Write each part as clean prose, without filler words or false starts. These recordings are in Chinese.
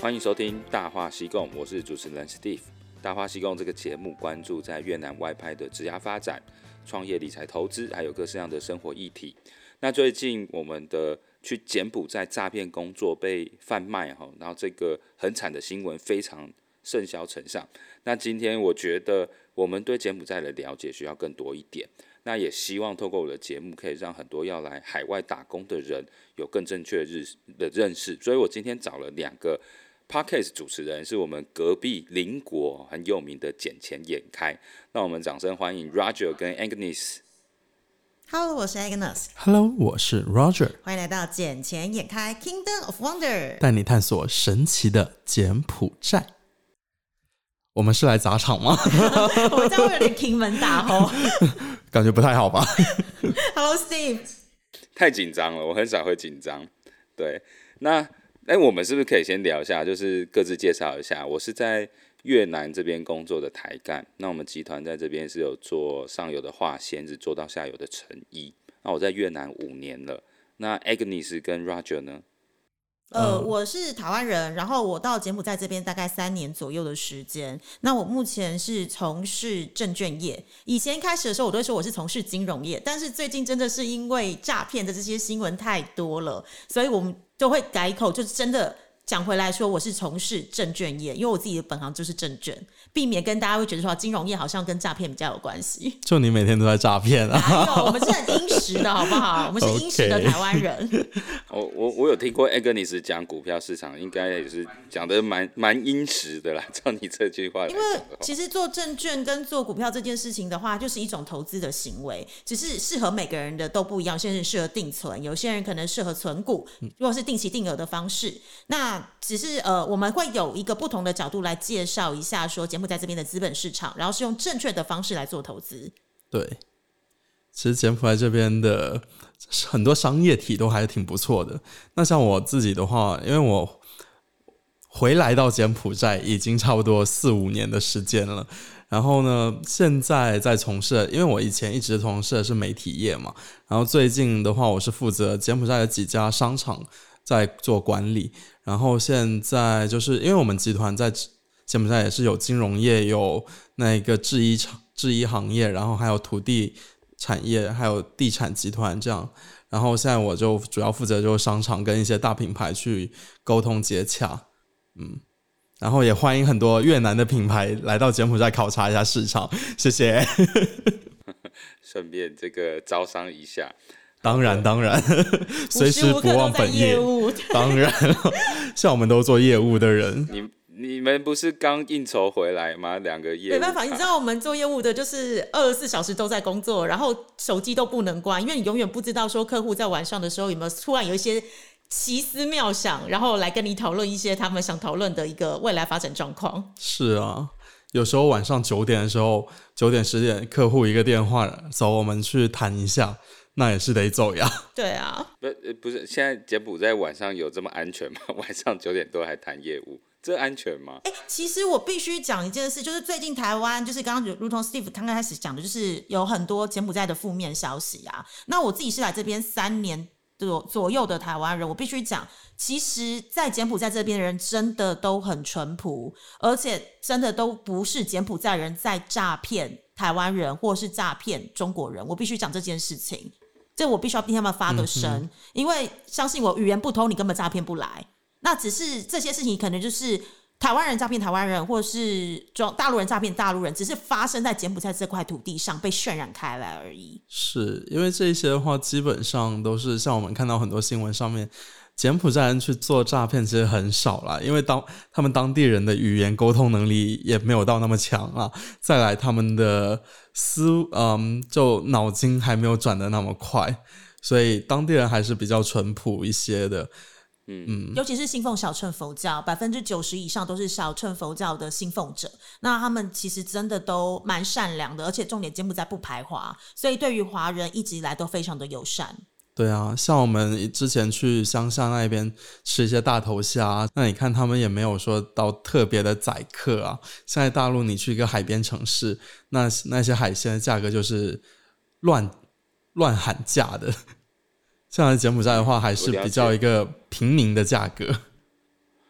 欢迎收听大话西贡，我是主持人 Steve。大话西贡这个节目关注在越南外派的职涯发展、创业、理财、投资，还有各式样的生活议题。那最近我们的去柬埔寨诈骗工作被贩卖，然后这个很惨的新闻非常甚嚣尘上。那今天我觉得我们对柬埔寨的了解需要更多一点。那也希望透过我的节目，可以让很多要来海外打工的人有更正确的认识。所以我今天找了2个 Podcast 主持人，是我们隔壁邻国很有名的捡钱眼开。那我们掌声欢迎 Roger 跟 Agnes。Hello， 我是 Agnes。Hello， 我是 Roger。 欢迎来到捡钱眼开 Kingdom of Wonder， 带你探索神奇的柬埔寨。我们是来砸场吗？ 我们这样会有点听门大吼， 感觉不太好吧 ？Hello Steve， 太紧张了，我很少会紧张。对，那我们是不是可以先聊一下，就是各自介绍一下？我是在越南这边工作的台干，那我们集团在这边是有做上游的化纤，是做到下游的成衣。那我在越南5年了。那 Agnes 跟 Roger 呢？ 我是台湾人，然后我到柬埔寨这边大概3年左右的时间。那我目前是从事证券业，以前开始的时候我都会说我是从事金融业，但是最近真的是因为诈骗的这些新闻太多了，所以我们就会改口，就是真的讲回来说我是从事证券业，因为我自己的本行就是证券，避免跟大家会觉得说金融业好像跟诈骗比较有关系。 就你每天都在诈骗啊？ 哪有，我们是很殷实的好不好？我们是殷实的台湾人。 我有听过 Agnes 讲股票市场，应该也是讲的蛮殷实的啦。照你这句话来讲的话， 因为其实做证券跟做股票这件事情的话，就是一种投资的行为，只是适合每个人的都不一样。有些人适合定存，有些人可能适合存股，如果是定期定额的方式。那只是我们会有一个不同的角度来介绍一下，说柬埔寨这边的资本市场，然后是用正确的方式来做投资。 对，其实柬埔寨这边的很多商业体都还挺不错的。那像我自己的话，因为我回来到柬埔寨已经差不多4-5年的时间了，然后呢现在在从事，因为我以前一直从事的是媒体业嘛，然后最近的话我是负责柬埔寨的几家商场在做管理，然后现在就是因为我们集团在柬埔寨也是有金融业，有那个制衣行业，然后还有土地产业，还有地产集团这样。然后现在我就主要负责就是商场跟一些大品牌去沟通接洽，然后也欢迎很多越南的品牌来到柬埔寨考察一下市场，谢谢。 顺便这个招商一下。 当然随时不忘本业。当然像我们都做业务的人， 你们不是刚应酬回来吗？2个业务， 没办法，你知道我们做业务的就是24小时都在工作，然后手机都不能关，因为你永远不知道说客户在晚上的时候有没有突然有一些奇思妙想，然后来跟你讨论一些他们想讨论的一个未来发展状况。是啊，有时候晚上9点的时候，9点10点客户一个电话，找我们去谈一下，那也是得走呀。 对啊， 不是，现在柬埔寨晚上有这么安全吗？晚上9点多还谈业务，这安全吗？ 其实我必须讲一件事，就是最近台湾就是刚刚如同 Steve 刚开始讲的，就是有很多柬埔寨的负面消息啊。那我自己是来这边3年左右的台湾人，我必须讲，其实在柬埔寨这边的人真的都很淳朴，而且真的都不是柬埔寨人在诈骗台湾人或是诈骗中国人，我必须讲这件事情，这我必须要替他们发个声，因为相信我，语言不通你根本诈骗不来。那只是这些事情可能就是台湾人诈骗台湾人，或是大陆人诈骗大陆人，只是发生在柬埔寨这块土地上被渲染开来而已。 是因为这一些的话基本上都是像我们看到很多新闻上面，柬埔寨人去做诈骗其实很少啦，因为他们当地人的语言沟通能力也没有到那么强啊，再来他们的就脑筋还没有转得那么快，所以当地人还是比较淳朴一些的。 尤其是信奉小乘佛教，90%以上都是小乘佛教的信奉者，那他们其实真的都蛮善良的，而且重点柬埔寨不排华，所以对于华人一直以来都非常的友善。 对啊，像我们之前去乡下那边吃一些大头虾，那你看他们也没有说到特别的宰客啊。现在大陆你去一个海边城市，那些海鲜的价格就是乱喊价的。像在柬埔寨的话，还是比较一个平民的价格。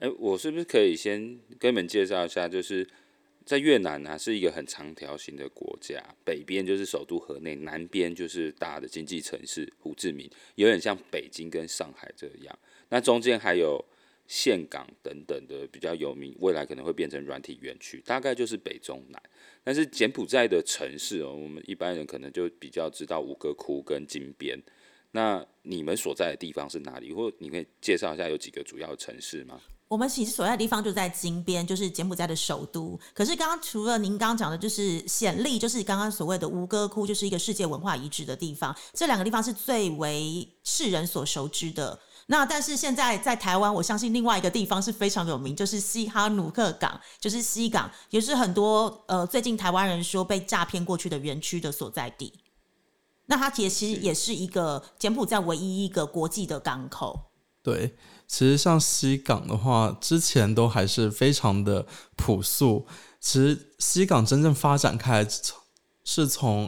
我是不是可以先跟你们介绍一下，就是在越南啊，是一个很长条形的国家，北边就是首都河内，南边就是大的经济城市胡志明，有点像北京跟上海这样。那中间还有岘港等等的比较有名，未来可能会变成软体园区，大概就是北中南。但是柬埔寨的城市我们一般人可能就比较知道吴哥窟跟金边。那你们所在的地方是哪里？或你可以介绍一下有几个主要的城市吗？ 我们其实所在的地方就在金边，就是柬埔寨的首都。可是刚刚除了您刚刚讲的，就是暹粒，就是刚刚所谓的吴哥窟，就是一个世界文化遗址的地方。这两个地方是最为世人所熟知的。那但是现在在台湾，我相信另外一个地方是非常有名，就是西哈努克港，就是西港，也是很多最近台湾人说被诈骗过去的园区的所在地。那它其实也是一个柬埔寨唯一一个国际的港口。 对，其实像西港的话，之前都还是非常的朴素。其实西港真正发展开来是从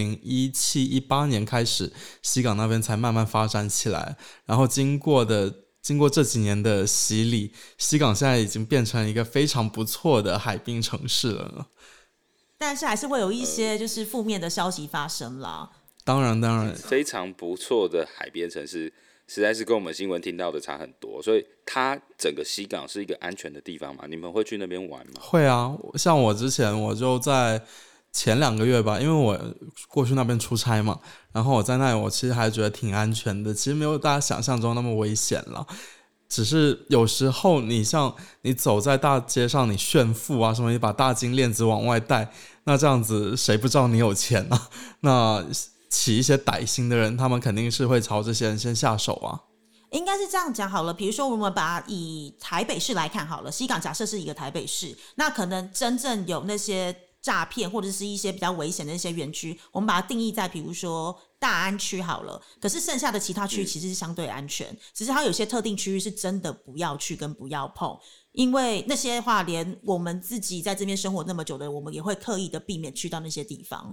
2017-18年开始，西港那边才慢慢发展起来。然后经过这几年的洗礼，西港现在已经变成一个非常不错的海滨城市了。 但是还是会有一些就是负面的消息发生啦。 当然， 非常不错的海边城市，实在是跟我们新闻听到的差很多。所以它整个西港是一个安全的地方吗？你们会去那边玩吗？ 会啊，像我之前我就在前2个月吧，因为我过去那边出差嘛，然后我在那里我其实还觉得挺安全的，其实没有大家想象中那么危险了。只是有时候你像你走在大街上，你炫富啊什么，你把大金链子往外带，那这样子谁不知道你有钱啊？那起一些歹心的人，他们肯定是会朝这些人先下手啊。 应该是这样讲好了，比如说我们以台北市来看好了，西港假设是一个台北市，那可能真正有那些诈骗或者是一些比较危险的那些园区，我们把它定义在比如说大安区好了，可是剩下的其他区其实是相对安全，只是它有些特定区域是真的不要去跟不要碰，因为那些话连我们自己在这边生活那么久的，我们也会刻意的避免去到那些地方。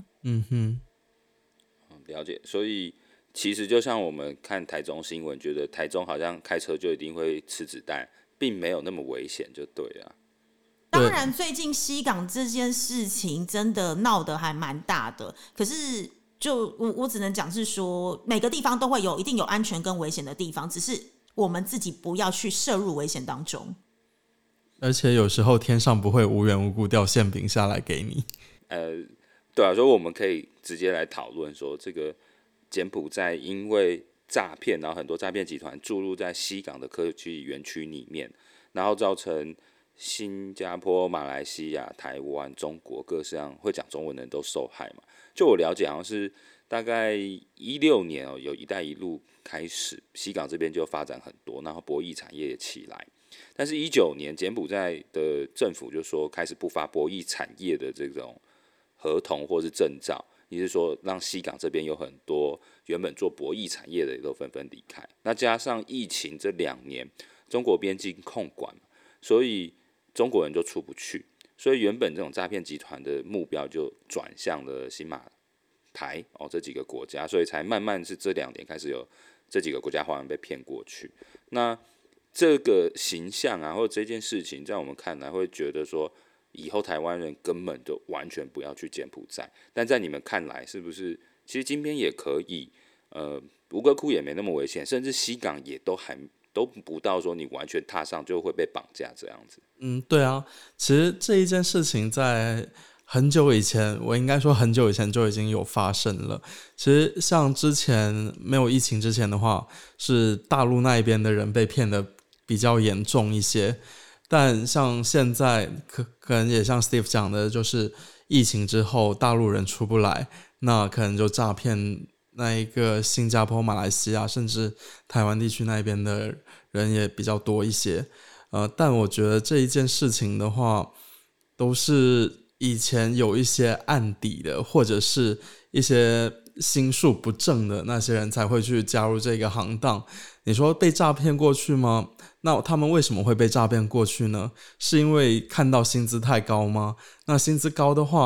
了解。所以其实就像我们看台中新闻，觉得台中好像开车就一定会吃子弹，并没有那么危险就对了。 当然最近西港这件事情真的闹得还蛮大的，可是就我只能讲是说每个地方都会一定有安全跟危险的地方，只是我们自己不要去涉入危险当中。 而且有时候天上不会无缘无故掉馅饼下来给你。 对啊，所以我们可以直接来讨论说，这个柬埔寨因为诈骗，然后很多诈骗集团注入在西港的科技园区里面，然后造成新加坡、马来西亚、台湾、中国各式样会讲中文的人都受害嘛。就我了解，好像是大概16年有一带一路开始，西港这边就发展很多，然后博弈产业也起来。但是19年柬埔寨的政府就说开始不发博弈产业的这种合同或是证照，也就是说让西港这边有很多原本做博弈产业的也都纷纷离开。那加上疫情这2年，中国边境控管，所以中国人就出不去，所以原本这种诈骗集团的目标就转向了新马台这几个国家，所以才慢慢是这2年开始有这几个国家华人被骗过去。那这个形象啊，或者这件事情，在我们看来会觉得说，以后台湾人根本就完全不要去柬埔寨。但在你们看来，是不是其实金边也可以？吴哥窟也没那么危险，甚至西港也都不到说你完全踏上就会被绑架这样子。 对啊，其实这一件事情在很久以前，我应该说很久以前就已经有发生了。其实像之前没有疫情之前的话，是大陆那一边的人被骗的比较严重一些。但像现在可能也像 Steve 讲的，就是疫情之后大陆人出不来，那可能就诈骗那一个新加坡、马来西亚甚至台湾地区那边的人也比较多一些。但我觉得这一件事情的话，都是以前有一些案底的，或者是一些心术不正的那些人才会去加入这个行当。你说被诈骗过去吗？那他们为什么会被诈骗过去呢？是因为看到薪资太高吗？那薪资高的话，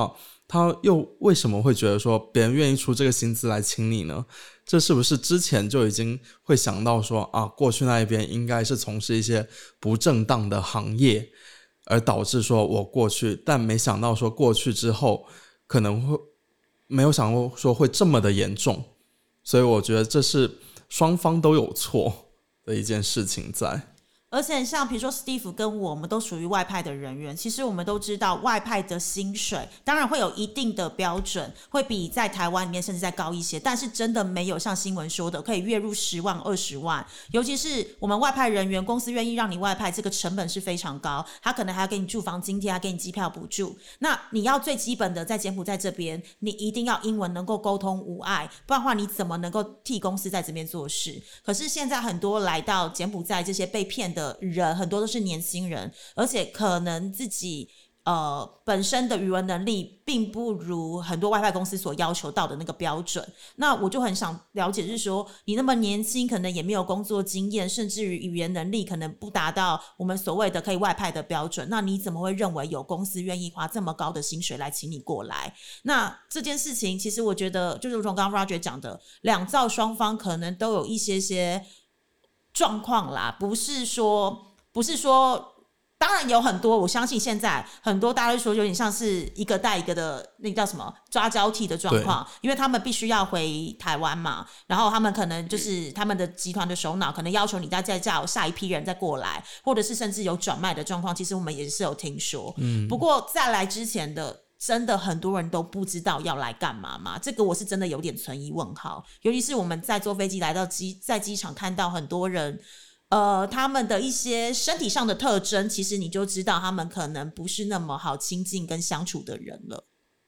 他又为什么会觉得说别人愿意出这个薪资来请你呢？这是不是之前就已经会想到说啊，过去那一边应该是从事一些不正当的行业，而导致说我过去，但没想到说过去之后可能会没有想过说会这么的严重，所以我觉得这是双方都有错的一件事情在。 而且像比如说 Steve 跟我们都属于外派的人员，其实我们都知道外派的薪水当然会有一定的标准，会比在台湾里面甚至再高一些，但是真的没有像新闻说的可以月入10万20万，尤其是我们外派人员，公司愿意让你外派，这个成本是非常高，他可能还要给你住房津贴，还给你机票补助，那你要最基本的在柬埔寨这边你一定要英文能够沟通无碍，不然的话你怎么能够替公司在这边做事？可是现在很多来到柬埔寨这些被骗的人很多都是年轻人，而且可能自己本身的语文能力并不如很多外派公司所要求到的那个标准。那我就很想了解，就是说你那么年轻，可能也没有工作经验，甚至于语言能力可能不达到我们所谓的可以外派的标准，那你怎么会认为有公司愿意花这么高的薪水来请你过来？那这件事情其实我觉得就是如同刚刚 Roger 讲的，两造双方可能都有一些状况啦，不是说当然有很多，我相信现在很多大家会说有点像是一个带一个的那个叫什么抓交替的状况，因为他们必须要回台湾嘛，然后他们可能就是他们的集团的首脑可能要求你再叫下一批人再过来，或者是甚至有转卖的状况，其实我们也是有听说。不过在来之前的真的很多人都不知道要来干嘛吗？这个我是真的有点存疑问号，尤其是我们在坐飞机来到在机场看到很多人他们的一些身体上的特征，其实你就知道他们可能不是那么好亲近跟相处的人了。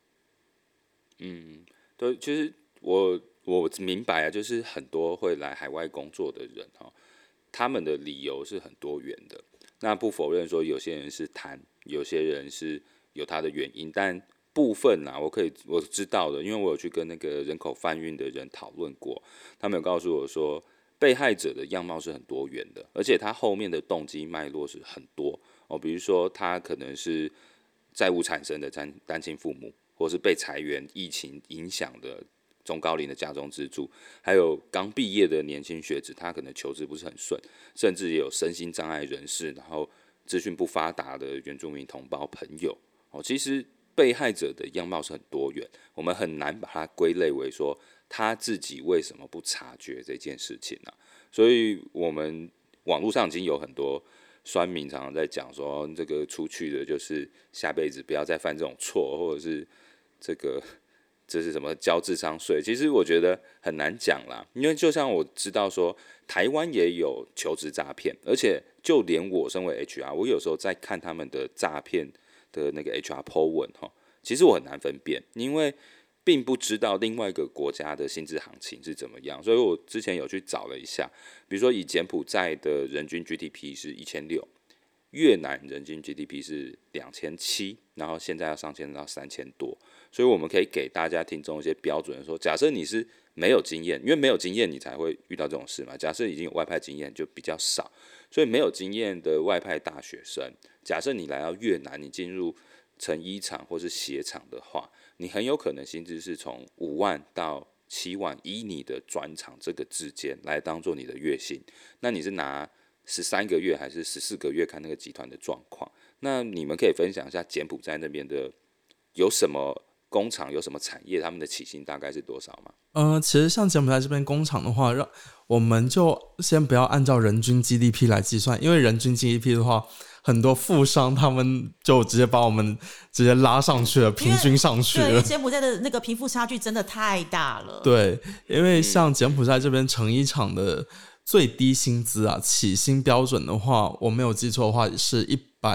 对，其实我明白啊，就是很多会来海外工作的人他们的理由是很多元的。那不否认说有些人是贪，有些人是有他的原因，但部分我知道的，因为我有去跟那个人口贩运的人讨论过，他们有告诉我说，被害者的样貌是很多元的，而且他后面的动机脉络是很多比如说他可能是债务产生的单亲父母，或是被裁员、疫情影响的中高龄的家中支柱，还有刚毕业的年轻学子，他可能求职不是很顺，甚至也有身心障碍人士，然后资讯不发达的原住民同胞朋友其实被害者的样貌是很多元，我们很难把它归类为说他自己为什么不察觉这件事情所以我们网络上已经有很多酸民常常在讲说，这个出去的就是下辈子不要再犯这种错，或者是这是什么交智商税。其实我觉得很难讲啦，因为就像我知道说台湾也有求职诈骗，而且就连我身为 HR， 我有时候在看他们的诈骗的那个 HR po 文其实我很难分辨，因为并不知道另外一个国家的薪资行情是怎么样，所以我之前有去找了一下，比如说以柬埔寨的人均 GDP 是1600，越南人均 GDP 是2700，然后现在要上升到3000多，所以我们可以给大家听众一些标准的说，假设你是没有经验，因为没有经验你才会遇到这种事嘛，假设已经有外派经验就比较少，所以没有经验的外派大学生，假设你来到越南，你进入成衣厂或是鞋厂的话，你很有可能薪资是从5万到7万，以你的转场这个之间来当做你的月薪。那你是拿13个月还是14个月看那个集团的状况？那你们可以分享一下柬埔寨那边的有什么工厂，有什么产业，他们的起薪大概是多少吗？ 其实像柬埔寨这边工厂的话，我们就先不要按照人均 GDP 来计算，因为人均 GDP 的话，很多富商他们就直接把我们直接拉上去了，平均上去了。 对，因为柬埔寨的那个贫富差距真的太大了。 对，因为像柬埔寨这边成衣厂的最低薪资起薪标准的话，我没有记错的话是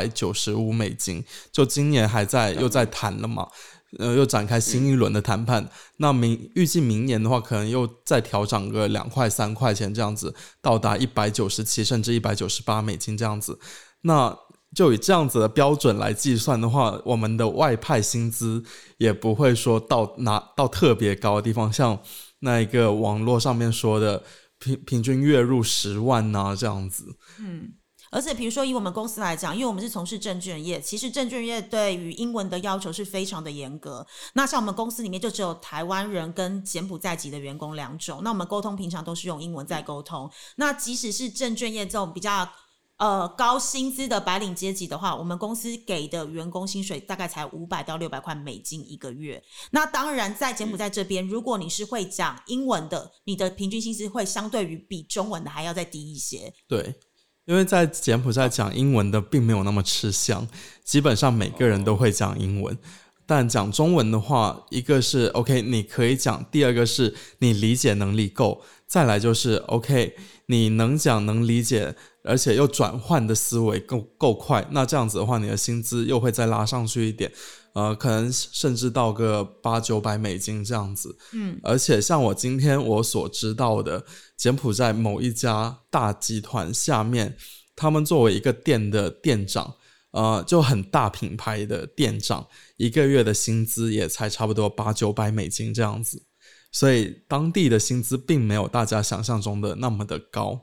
$195，就今年又在谈了嘛。又展开新一轮的谈判，那预计明年的话，可能又再调涨个2块3块钱这样子，到达197甚至$198这样子。那就以这样子的标准来计算的话，我们的外派薪资也不会说到特别高的地方，像那一个网络上面说的平均月入10万这样子。 而且比如说以我们公司来讲，因为我们是从事证券业，其实证券业对于英文的要求是非常的严格。那像我们公司里面就只有台湾人跟柬埔寨籍的员工两种，那我们沟通平常都是用英文在沟通。那即使是证券业这种比较高薪资的白领阶级的话，我们公司给的员工薪水大概才500到600块美金一个月。那当然在柬埔寨这边，如果你是会讲英文的，你的平均薪资会相对于比中文的还要再低一些。 对，因为在柬埔寨讲英文的并没有那么吃香，基本上每个人都会讲英文。但讲中文的话，一个是 OK 你可以讲，第二个是你理解能力够，再来就是 OK 你能讲能理解，而且又转换的思维够快，那这样子的话你的薪资又会再拉上去一点，可能甚至到个800-900美金这样子。而且像我今天我所知道的，柬埔寨某一家大集团下面，他们作为一个店的店长，就很大品牌的店长，一个月的薪资也才差不多800-900美金这样子，所以当地的薪资并没有大家想象中的那么的高。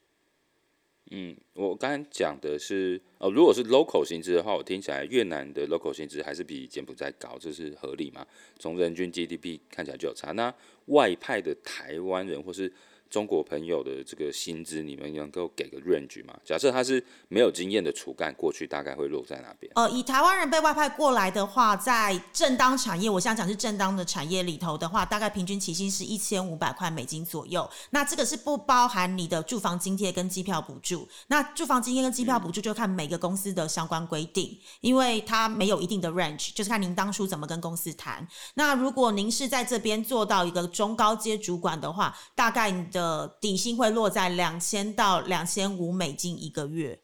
我刚才讲的是如果是 local 薪资的话，我听起来越南的 local 薪资还是比柬埔寨高，这是合理嘛？从人均 GDP 看起来就有差。那外派的台湾人或是中国朋友的这个薪资，你们能够给个 range 吗？假设他是没有经验的厨干，过去大概会落在哪边？ 以台湾人被外派过来的话，在正当产业，我想讲是正当的产业里头的话，大概平均起薪是1500块美金左右。那这个是不包含你的住房津贴跟机票补助。那住房津贴跟机票补助就看每个公司的相关规定，因为它没有一定的 range， 就是看您当初怎么跟公司谈。那如果您是在这边做到一个中高阶主管的话，大概你的底薪会落在2000到2500美金一个月。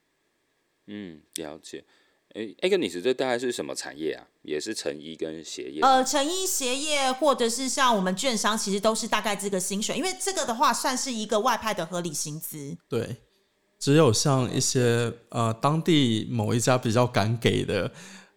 了解。跟你是这大概是什么产业啊？也是成衣跟鞋业？ 成衣鞋业或者是像我们券商，其实都是大概这个薪水，因为这个的话算是一个外派的合理薪资。 对，只有像一些当地某一家比较敢给的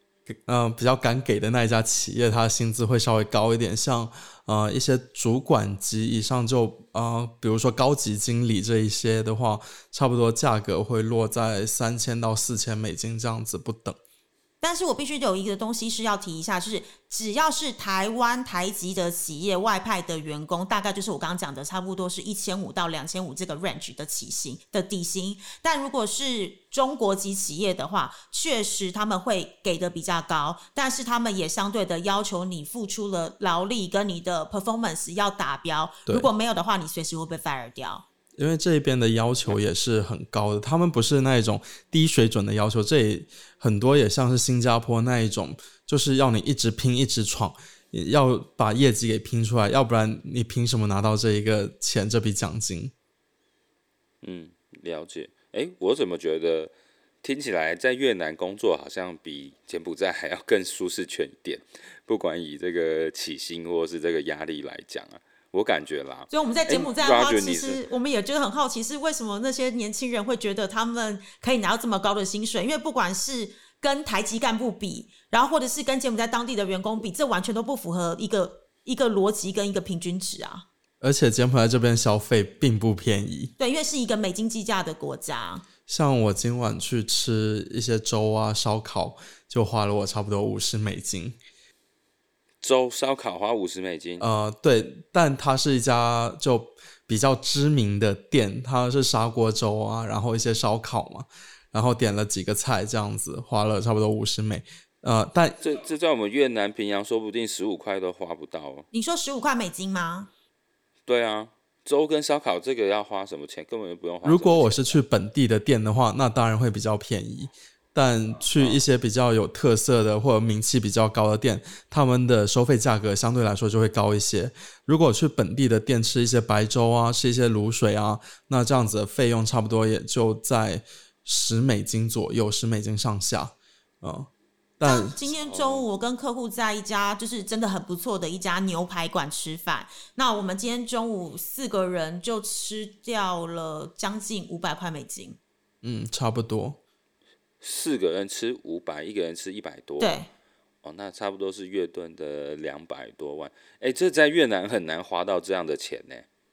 那一家企业，它的薪资会稍微高一点，像一些主管级以上就比如说高级经理这一些的话，差不多价格会落在3000到4000美金这样子不等。 但是我必须有一个东西是要提一下，就是只要是台湾台籍的企业外派的员工，大概就是我刚刚讲的差不多是1500到2500这个 range 的起薪的底薪。但如果是中国籍企业的话，确实他们会给的比较高，但是他们也相对的要求你付出了劳力跟你的 performance 要达标，如果没有的话，你随时会被 fire 掉。 因为这边的要求也是很高的，他们不是那一种低水准的要求，这里很多也像是新加坡那一种，就是要你一直拼一直闯，要把业绩给拼出来，要不然你凭什么拿到这一个钱这笔奖金？ 了解。我怎么觉得听起来在越南工作好像比柬埔寨还要更舒适圈一点，不管以这个起薪或是这个压力来讲啊，我感觉啦。 所以我们在柬埔寨的话，其实我们也觉得很好奇，是为什么那些年轻人会觉得他们可以拿到这么高的薪水？因为不管是跟台籍干部比，然后或者是跟柬埔寨当地的员工比，这完全都不符合一个逻辑跟一个平均值啊。 而且柬埔寨这边消费并不便宜， 对，因为是一个美金计价的国家。 像我今晚去吃一些粥啊烧烤，就花了我差不多50美金。 粥烧烤花50美金？ 对，但它是一家就比较知名的店，它是砂锅粥啊，然后一些烧烤嘛，然后点了几个菜这样子，花了差不多50美。但这在我们越南平阳说不定15块都花不到哦。 你说15块美金吗？ 对啊，粥跟烧烤这个要花什么钱？根本就不用花。 如果我是去本地的店的话，那当然会比较便宜。但去一些比较有特色的或者名气比较高的店，他们的收费价格相对来说就会高一些。如果去本地的店吃一些白粥啊，吃一些卤水啊，那这样子的费用差不多也就在10美金左右，10美金上下。但今天中午我跟客户在一家就是真的很不错的一家牛排馆吃饭，那我们今天中午4个人就吃掉了将近500块美金。 差不多。 4个人吃500，一个人吃100多。 对。 那差不多是越盾的200多万。这在越南很难花到这样的钱呢。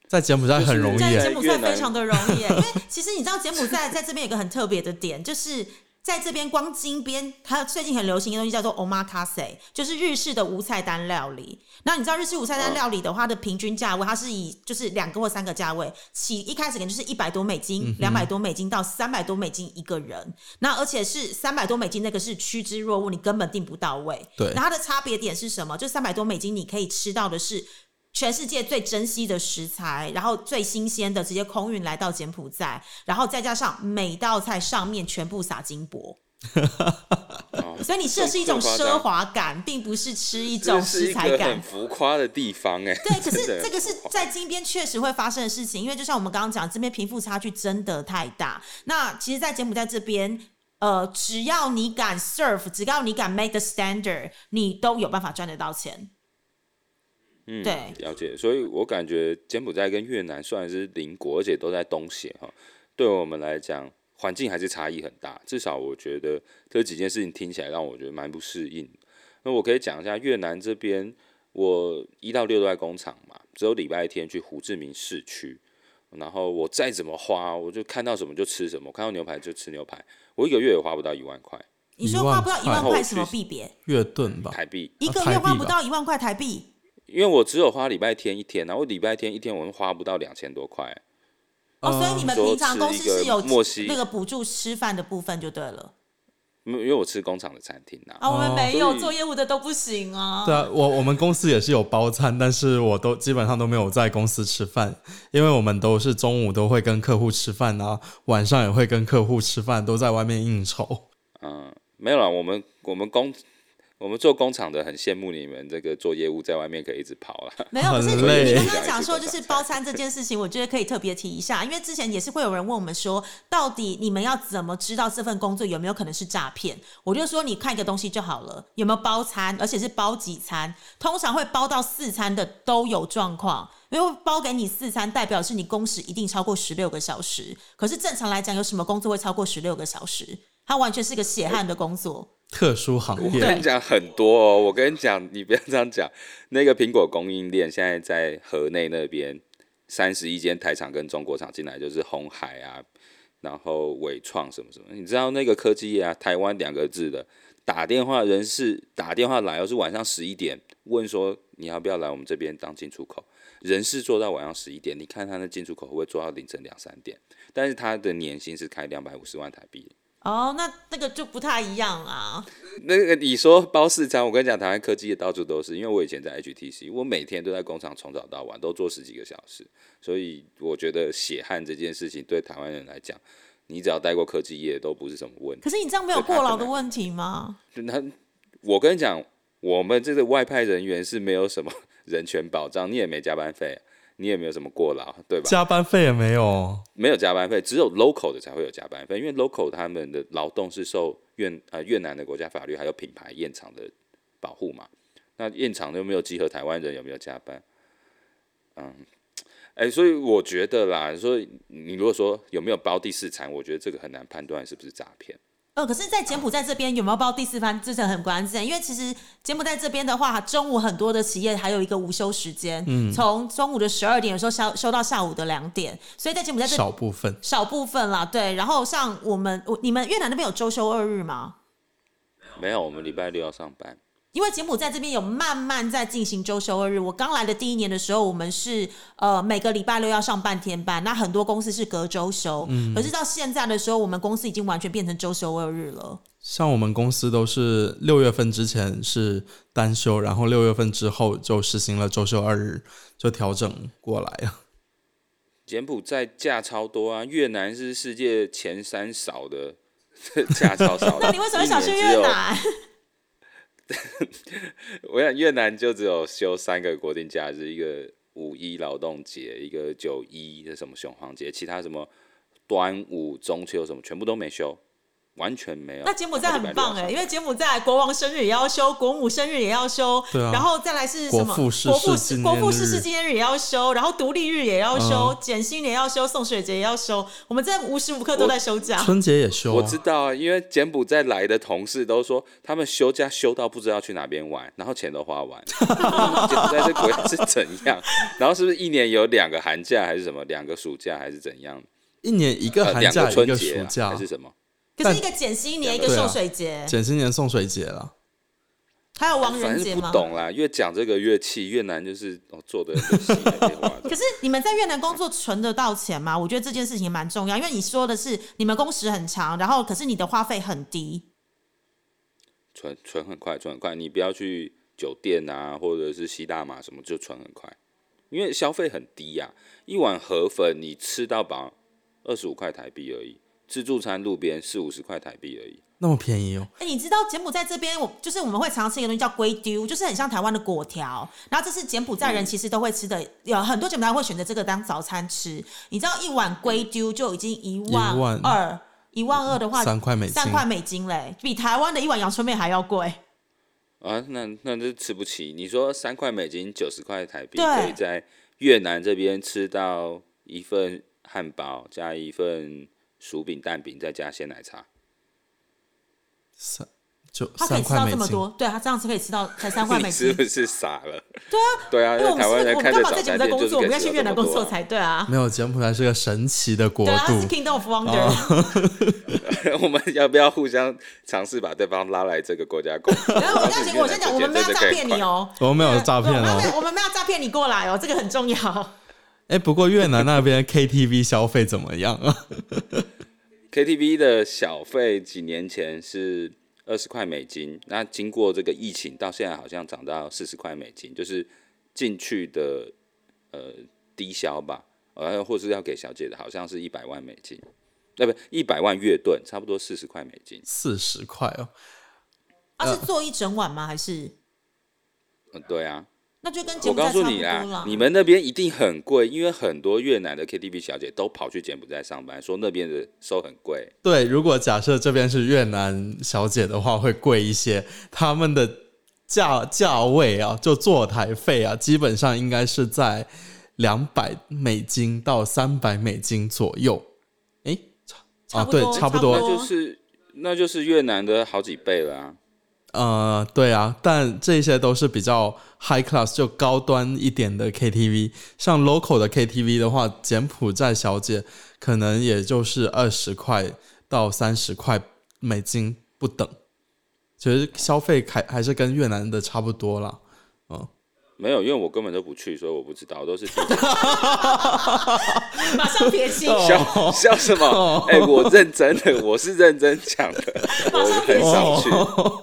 在柬埔寨很容易在耶， 柬埔寨非常的容易耶，因为其实你知道柬埔寨在这边有一个很特别的点，就是在这边光金边，它最近很流行的东西叫做 omakase， 就是日式的无菜单料理。那你知道日式无菜单料理的话，它的平均价位它是以就是2个或3个价位起，一开始可能就是$100多，200多美金到$300多一个人。那而且是$300多那个是趋之若鹜，你根本订不到位。 对， 那它的差别点是什么？就$300多你可以吃到的是全世界最珍惜的食材，然后最新鲜的直接空运来到柬埔寨，然后再加上每道菜上面全部撒金箔。所以你吃的是一种奢华感，并不是吃一种食材感。 这是一个很浮夸的地方哎。 对，可是这个是在金边确实会发生的事情，因为就像我们刚刚讲，这边贫富差距真的太大。那其实，在柬埔寨这边，只要你敢 serve， 只要你敢 make the standard， 你都有办法赚得到钱。对， 了解。所以我感觉柬埔寨跟越南虽然是邻国，而且都在东协哈，对我们来讲，环境还是差异很大。至少我觉得这几件事情听起来让我觉得蛮不适应。那我可以讲一下越南这边，我1到6都在工厂嘛，只有礼拜天去胡志明市区。然后我再怎么花，我就看到什么就吃什么，看到牛排就吃牛排。我1个月也花不到1万块。 你说花不到1万块什么币别？ 越盾吧， 台币。 1个月花不到1万块台币。 因为我只有花礼拜天一天，然后礼拜天一天我花不到2000多块。 所以你们平常公司是有那个补助吃饭的部分就对了。 因为我吃工厂的餐厅我们没有，做业务的都不行啊。 对啊，我们公司也是有包餐，但是我都基本上都没有在公司吃饭，因为我们都是中午都会跟客户吃饭啊，晚上也会跟客户吃饭，都在外面应酬。 没有啦，我们做工厂的很羡慕你们这个做业务在外面可以一直跑啦。 没有，可是你刚刚讲说就是包餐这件事情，我觉得可以特别提一下，因为之前也是会有人问我们说，到底你们要怎么知道这份工作有没有可能是诈骗？我就说你看一个东西就好了，有没有包餐，而且是包几餐，通常会包到4餐的都有状况。因为包给你4餐，代表是你工时一定超过16个小时。可是正常来讲，有什么工作会超过16个小时？它完全是个血汗的工作。 特殊行业， 我跟你讲很多哦。我跟你讲，你不要这样讲。那个苹果供应链现在在河内那边，31间台厂跟中国厂进来，就是鸿海啊，然后伟创什么什么。你知道那个科技业啊，台湾2个字的，打电话人事打电话来，要是晚上11点问说你要不要来我们这边当进出口，人事做到晚上11点，你看他那进出口会不会做到凌晨2、3点？但是他的年薪是开250万台币。 那个就不太一样啊。 那个你说包4餐，我跟你讲，台湾科技业到处都是，因为我以前在 HTC， 我每天都在工厂从早到晚，都做10几个小时，所以我觉得血汗这件事情对台湾人来讲，你只要待过科技业都不是什么问题。 可是你这样没有过劳的问题吗？ 我跟你讲，我们这个外派人员是没有什么人权保障，你也没加班费，你也没有什么过劳，对吧？ 加班费也没有， 没有加班费，只有 local 的才会有加班费，因为 local 他们的劳动是受越南的国家法律还有品牌验厂的保护嘛。那验厂有没有集合台湾人，有没有加班？所以我觉得啦，说你如果说有没有包第4餐，我觉得这个很难判断是不是诈骗。 可是，在柬埔寨这边有没有包第4餐，这是很关键。因为其实柬埔寨这边的话，中午很多的企业还有一个午休时间，从中午的12点，有时候休到下午的2点。所以在柬埔寨少部分啦，对。然后像你们越南那边有周休2日吗？ 没有，我们礼拜6要上班。 因为柬埔寨这边有慢慢在进行周休2日。我刚来的第1年的时候，我们是每个礼拜6要上半天班，那很多公司是隔周休。可是到现在的时候，我们公司已经完全变成周休2日了。 像我们公司都是6月份之前是单休，然后6月份之后就实行了周休2日，就调整过来了。 柬埔寨假超多啊，越南是世界前3少的假超少的。 那你为什么想去越南？ 我想越南就只有休3个国定假日，一个5·1劳动节，一个9·1的什么雄黄节，其他什么端午、中秋什么全部都没休。 完全没有。 那柬埔寨很棒因为柬埔寨国王生日也要休，国母生日也要休，然后再来是什么国父逝世纪念日也要休，然后独立日也要休，减薪也要休，送水节也要休，我们在无时无刻都在休假。 春节也休我知道啊，因为柬埔寨来的同事都说他们休假休到不知道去哪边玩，然后钱都花完。柬埔寨这国家是怎样？然后是不是一年有2个寒假还是什么2个暑假还是怎样？ 一年1个寒假 2个 1个暑假还是什么？ 可是一个减薪年一个送水节， 减薪年送水节啦， 还有亡人节吗？ 不懂啦，越讲这个越气。越南就是做的可是你们在越南工作存得到钱吗？我觉得这件事情蛮重要，因为你说的是你们工时很长，然后可是你的花费很低， 存很快，存很快。你不要去酒店啊，或者是吸大麻什么，就存很快，因为消费很低啊。一碗河粉你吃到饱25块台币而已。自助餐路边40-50块台币而已， 那么便宜哦。 你知道柬埔寨这边，就是我们会常吃一个东西叫龟丢，就是很像台湾的粿条，然后这是柬埔寨人其实都会吃的，有很多柬埔寨人会选择这个当早餐吃。你知道一碗龟丢就已经12000的话 3块美金嘞，比台湾的一碗阳春面还要贵啊！那就吃不起。你说3块美金90块台币，可以在越南这边吃到一份汉堡加一份薯饼、蛋饼，再加鲜奶茶， 他可以吃到这么多，对，他这样子可以吃到才3块美金， 你是不是傻了？ 对啊， 因为我们刚好在柬埔寨工作，我们要去越南工作才对啊。 没有，柬埔寨是个神奇的国度， 它是 Kingdom of Wonder。 我们要不要互相尝试把对方拉来这个国家工作？ 我先讲，我们没有诈骗你哦， 我们没有诈骗哦，我们没有诈骗你过来哦，这个很重要。 不过越南那边 KTV 消费怎么样啊 ？KTV 的小费几年前是20块美金，那经过这个疫情，到现在好像涨到40块美金，就是进去的低消吧，或是要给小姐的，好像是100万美金，不100万越盾，差不多40块美金。 40块哦， 是做一整晚吗？还是？ 对啊。 那就跟柬埔寨差不多啦。 我告诉你啦，你们那边一定很贵，因为很多越南的 KTV 小姐都跑去柬埔寨上班，说那边的收很贵。 对，如果假设这边是越南小姐的话，会贵一些。他们的价位啊，就坐台费啊，基本上应该是在200美金到300美金左右。对，差不多， 那就是越南的好几倍了啊。 对啊，但这些都是比较 high class 就高端一点的 KTV， 像 local 的 KTV 的话，柬埔寨小姐可能也就是20块到30块美金不等，其实消费还是跟越南的差不多啦。 没有，因为我根本都不去，所以我不知道，我都是听马上撇清， 笑什么？我认真的，我是认真讲的，我很少去。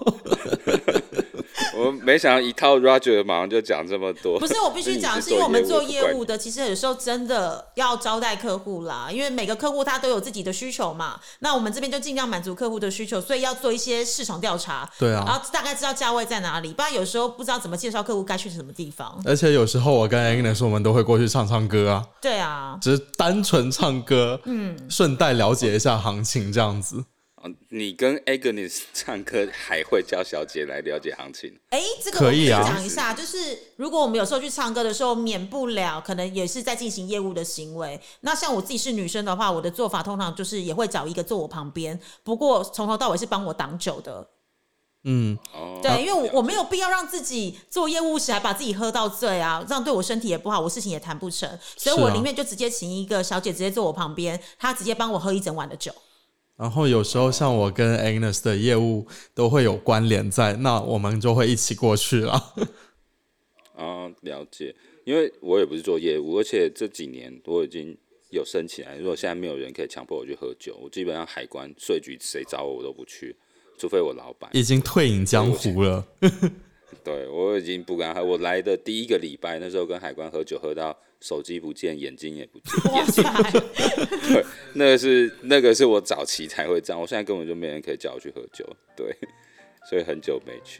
我没想到一套 Roger 马上就讲这么多。 不是，我必须讲，是因为我们做业务的，其实有时候真的要招待客户啦，因为每个客户他都有自己的需求嘛。那我们这边就尽量满足客户的需求，所以要做一些市场调查， 对啊， 然后大概知道价位在哪里，不然有时候不知道怎么介绍客户该去什么地方。 而且有时候我跟 Agnes 我们都会过去唱唱歌啊， 对啊， 只是单纯唱歌，顺带了解一下行情这样子。 你跟 Agnes 唱歌还会叫小姐来了解行情？ 这个我可以讲一下，就是如果我们有时候去唱歌的时候，免不了可能也是在进行业务的行为。那像我自己是女生的话，我的做法通常就是也会找一个坐我旁边，不过从头到尾是帮我挡酒的。对，因为我没有必要让自己做业务时还把自己喝到醉啊，这样对我身体也不好，我事情也谈不成，所以我宁愿就直接请一个小姐直接坐我旁边，她直接帮我喝一整晚的酒。 然后有时候像我跟 Agnes 的业务都会有关联在，那我们就会一起过去了。 了解，因为我也不是做业务，而且这几年我已经有升起来，如果现在没有人可以强迫我去喝酒，我基本上海关税局谁找我都不去，除非我老板。已经退隐江湖了。 对，我已经不敢喝。我来的第一个礼拜，那时候跟海关喝酒，喝到手机不见，眼睛也不见，眼睛不见。对，那个是我早期才会这样，我现在根本就没人可以叫我去喝酒。对，所以很久没去。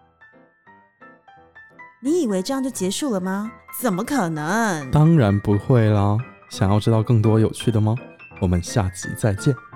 你以为这样就结束了吗？怎么可能？ 当然不会啦！想要知道更多有趣的吗？我们下集再见。